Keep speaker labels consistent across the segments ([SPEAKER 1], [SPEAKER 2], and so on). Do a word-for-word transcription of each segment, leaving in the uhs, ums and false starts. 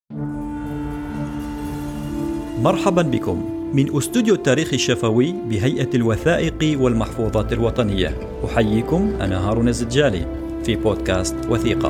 [SPEAKER 1] مرحبا بكم من أستوديو التاريخ الشفوي بهيئة الوثائق والمحفوظات الوطنية. أحييكم أنا هارون الزجالي في بودكاست وثيقة.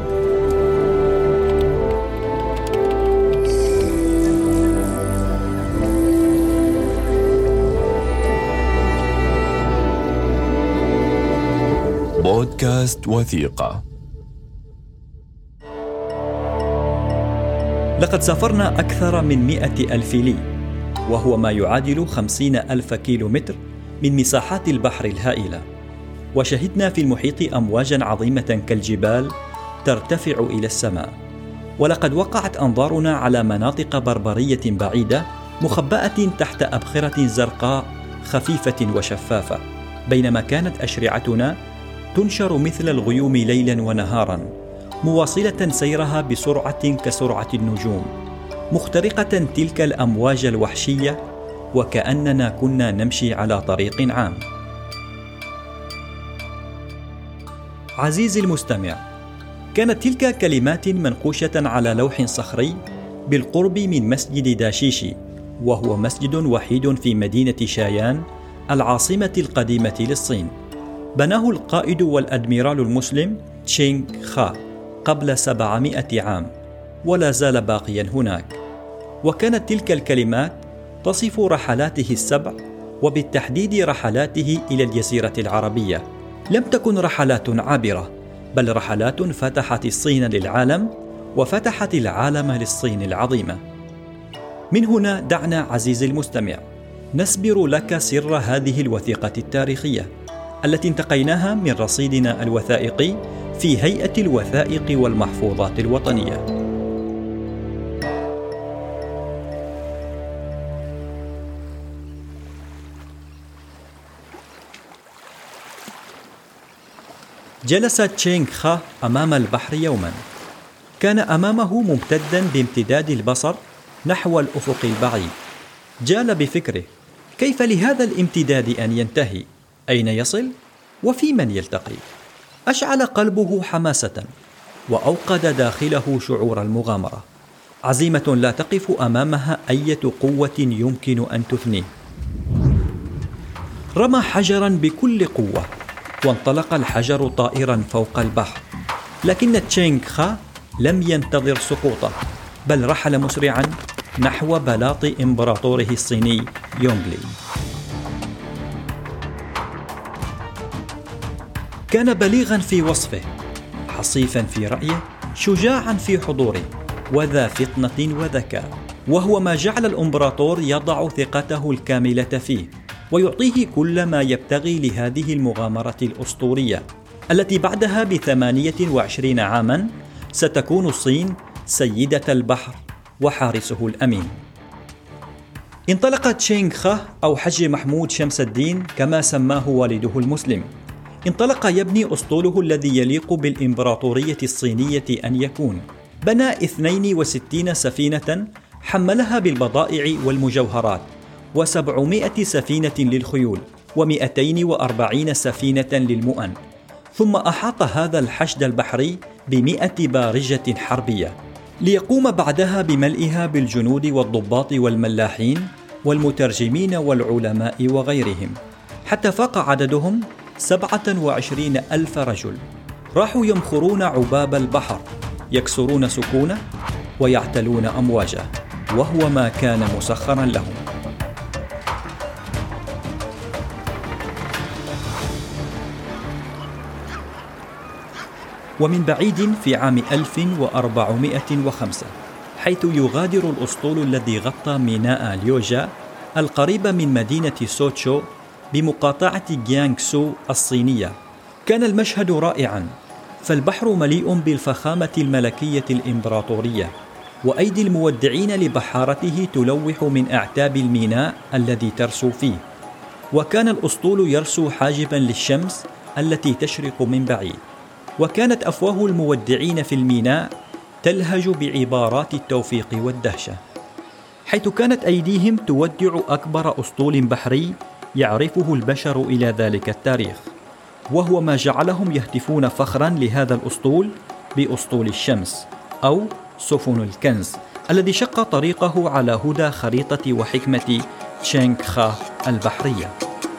[SPEAKER 2] بودكاست وثيقة.
[SPEAKER 1] لقد سافرنا أكثر من مئة ألف لي، وهو ما يعادل خمسين ألف كيلو متر من مساحات البحر الهائلة، وشهدنا في المحيط أمواجا عظيمة كالجبال ترتفع إلى السماء. ولقد وقعت أنظارنا على مناطق بربرية بعيدة مخبأة تحت أبخرة زرقاء خفيفة وشفافة، بينما كانت أشرعتنا تنشر مثل الغيوم ليلا ونهارا، مواصلة سيرها بسرعة كسرعة النجوم، مخترقة تلك الأمواج الوحشية وكأننا كنا نمشي على طريق عام. عزيزي المستمع، كانت تلك كلمات منقوشة على لوح صخري بالقرب من مسجد داشيشي، وهو مسجد وحيد في مدينة شايان العاصمة القديمة للصين. بناه القائد والأدميرال المسلم تشينغ خا قبل سبعمائة عام، ولا زال باقيا هناك. وكانت تلك الكلمات تصف رحلاته السبع، وبالتحديد رحلاته إلى الجزيرة العربية. لم تكن رحلات عابرة، بل رحلات فتحت الصين للعالم، وفتحت العالم للصين العظيمة. من هنا دعنا عزيزي المستمع نسبر لك سر هذه الوثيقة التاريخية التي انتقيناها من رصيدنا الوثائقي في هيئة الوثائق والمحفوظات الوطنية. جلس تشينغ خا أمام البحر يوما، كان أمامه ممتدا بامتداد البصر نحو الأفق البعيد. جال بفكره: كيف لهذا الامتداد أن ينتهي؟ أين يصل؟ وفي من يلتقي؟ أشعل قلبه حماسة، وأوقد داخله شعور المغامرة، عزيمة لا تقف أمامها أية قوة يمكن أن تثنيه. رمى حجرا بكل قوة، وانطلق الحجر طائرا فوق البحر، لكن تشينغ خا لم ينتظر سقوطه، بل رحل مسرعا نحو بلاط إمبراطوره الصيني يونغلي. كان بليغا في وصفه، حصيفا في رأيه، شجاعا في حضوره، وذا فطنة وذكاء، وهو ما جعل الإمبراطور يضع ثقته الكاملة فيه ويعطيه كل ما يبتغي لهذه المغامرة الأسطورية التي بعدها بثمانية وعشرين عاما ستكون الصين سيدة البحر وحارسه الأمين. انطلق تشينغ خا أو حج محمود شمس الدين كما سماه والده المسلم، انطلق يبني أسطوله الذي يليق بالإمبراطورية الصينية أن يكون. بنى اثنين وستين سفينة حملها بالبضائع والمجوهرات، وسبعمائة سفينة للخيول، ومئتين وأربعين سفينة للمؤن. ثم أحاط هذا الحشد البحري بمئة بارجة حربية، ليقوم بعدها بملئها بالجنود والضباط والملاحين والمترجمين والعلماء وغيرهم، حتى فاق عددهم سبعة وعشرين ألف رجل. راحوا يمخرون عباب البحر، يكسرون سكونه ويعتلون أمواجه، وهو ما كان مسخرا لهم. ومن بعيد في عام ألف وأربعمائة وخمسة، حيث يغادر الأسطول الذي غطى ميناء ليوجا القريب من مدينة سوتشو بمقاطعة جيانغسو الصينية، كان المشهد رائعا، فالبحر مليء بالفخامة الملكية الإمبراطورية، وأيدي المودعين لبحارته تلوح من أعتاب الميناء الذي ترسو فيه. وكان الأسطول يرسو حاجبا للشمس التي تشرق من بعيد، وكانت أفواه المودعين في الميناء تلهج بعبارات التوفيق والدهشة، حيث كانت أيديهم تودع أكبر أسطول بحري يعرفه البشر إلى ذلك التاريخ، وهو ما جعلهم يهتفون فخرا لهذا الأسطول بأسطول الشمس أو سفن الكنز، الذي شق طريقه على هدى خريطة وحكمة تشينغ خا البحرية.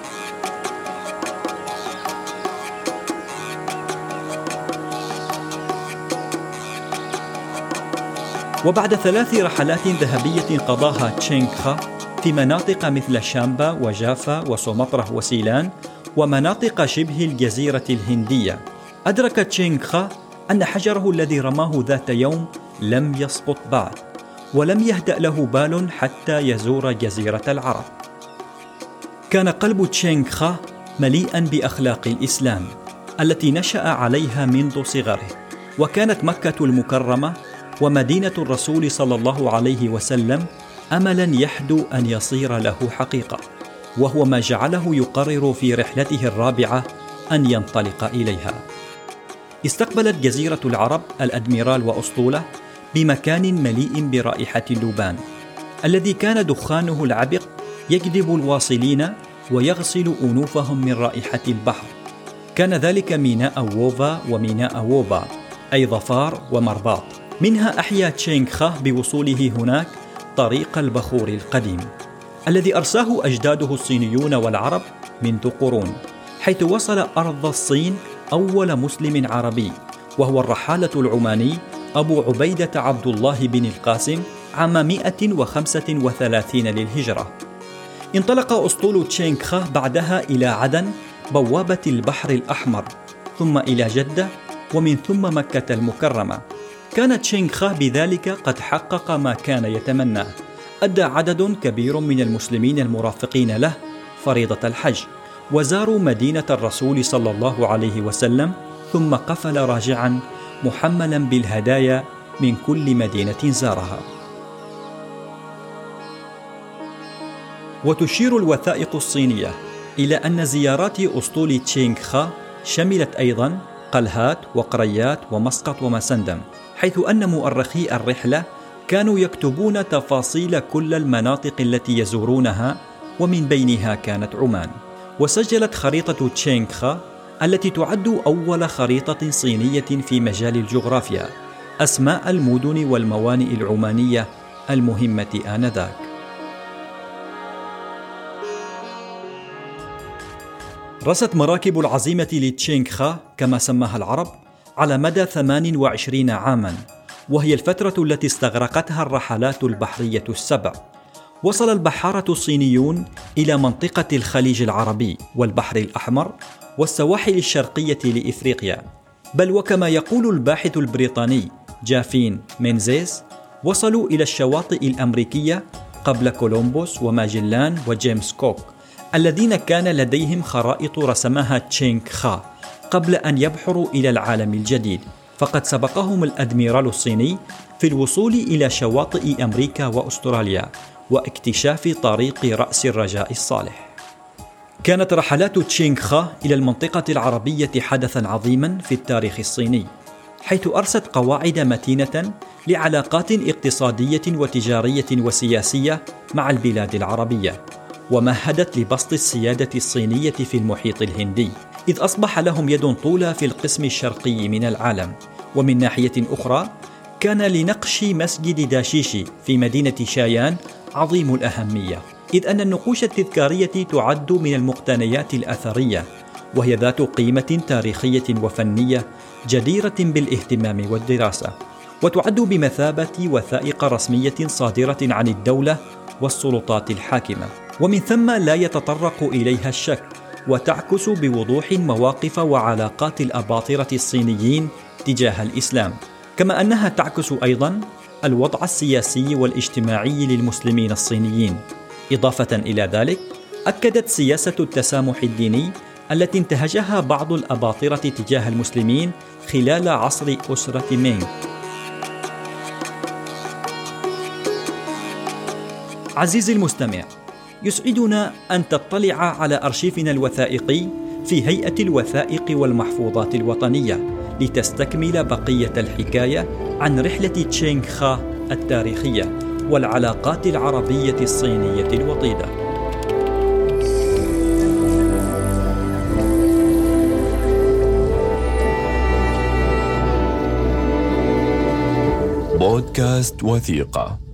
[SPEAKER 1] وبعد ثلاث رحلات ذهبية قضاها تشينغ خا في مناطق مثل شامبا وجافا وسومطرة وسيلان ومناطق شبه الجزيرة الهندية، أدرك تشينغ خا أن حجره الذي رماه ذات يوم لم يسقط بعد، ولم يهدأ له بال حتى يزور جزيرة العرب. كان قلب تشينغ خا مليئا بأخلاق الإسلام التي نشأ عليها منذ صغره، وكانت مكة المكرمة ومدينة الرسول صلى الله عليه وسلم أملا يحدو أن يصير له حقيقة، وهو ما جعله يقرر في رحلته الرابعة أن ينطلق إليها. استقبلت جزيرة العرب الأدميرال وأسطولة بمكان مليء برائحة اللبان الذي كان دخانه العبق يجذب الواصلين ويغسل أنوفهم من رائحة البحر. كان ذلك ميناء ووفا وميناء ووبا، أي ظفار ومرباط. منها أحيا تشينغ خا بوصوله هناك طريق البخور القديم الذي أرساه أجداده الصينيون والعرب منذ قرون، حيث وصل أرض الصين أول مسلم عربي، وهو الرحالة العماني أبو عبيدة عبد الله بن القاسم عام مئة وخمسة وثلاثين للهجرة. انطلق أسطول تشينغ خا بعدها إلى عدن بوابة البحر الأحمر، ثم إلى جدة، ومن ثم مكة المكرمة. كان تشينغ خا بذلك قد حقق ما كان يتمناه. أدى عدد كبير من المسلمين المرافقين له فريضة الحج، وزاروا مدينة الرسول صلى الله عليه وسلم، ثم قفل راجعا محملا بالهدايا من كل مدينة زارها. وتشير الوثائق الصينية إلى أن زيارات أسطول تشينغ خا شملت أيضا قلهات وقريات ومسقط ومسندم، حيث أن مؤرخي الرحلة كانوا يكتبون تفاصيل كل المناطق التي يزورونها، ومن بينها كانت عمان. وسجلت خريطة تشينغ خا التي تعد أول خريطة صينية في مجال الجغرافيا أسماء المدن والموانئ العمانية المهمة آنذاك. رست مراكب العزيمة لتشينغ خا كما سماها العرب على مدى ثمان وعشرين عاما، وهي الفترة التي استغرقتها الرحلات البحرية السبع. وصل البحارة الصينيون إلى منطقة الخليج العربي والبحر الأحمر والسواحل الشرقية لإفريقيا، بل وكما يقول الباحث البريطاني جافين مينزيز، وصلوا إلى الشواطئ الأمريكية قبل كولومبوس وماجلان وجيمس كوك الذين كان لديهم خرائط رسمها تشينغ خا قبل أن يبحروا إلى العالم الجديد، فقد سبقهم الأدميرال الصيني في الوصول إلى شواطئ أمريكا وأستراليا واكتشاف طريق رأس الرجاء الصالح. كانت رحلات تشينغ خا إلى المنطقة العربية حدثا عظيما في التاريخ الصيني، حيث أرست قواعد متينة لعلاقات اقتصادية وتجارية وسياسية مع البلاد العربية، ومهدت لبسط السيادة الصينية في المحيط الهندي، إذ أصبح لهم يد طولى في القسم الشرقي من العالم. ومن ناحية أخرى كان لنقش مسجد داشيشي في مدينة شايان عظيم الأهمية، إذ أن النقوش التذكارية تعد من المقتنيات الأثرية، وهي ذات قيمة تاريخية وفنية جديرة بالاهتمام والدراسة، وتعد بمثابة وثائق رسمية صادرة عن الدولة والسلطات الحاكمة، ومن ثم لا يتطرق إليها الشك، وتعكس بوضوح مواقف وعلاقات الأباطرة الصينيين تجاه الإسلام، كما أنها تعكس أيضا الوضع السياسي والاجتماعي للمسلمين الصينيين. إضافة إلى ذلك، أكدت سياسة التسامح الديني التي انتهجها بعض الأباطرة تجاه المسلمين خلال عصر أسرة مينغ. عزيزي المستمع، يسعدنا أن تطلع على أرشيفنا الوثائقي في هيئة الوثائق والمحفوظات الوطنية لتستكمل بقية الحكاية عن رحلة تشينغ خا التاريخية والعلاقات العربية الصينية الوطيدة.
[SPEAKER 2] بودكاست وثيقة.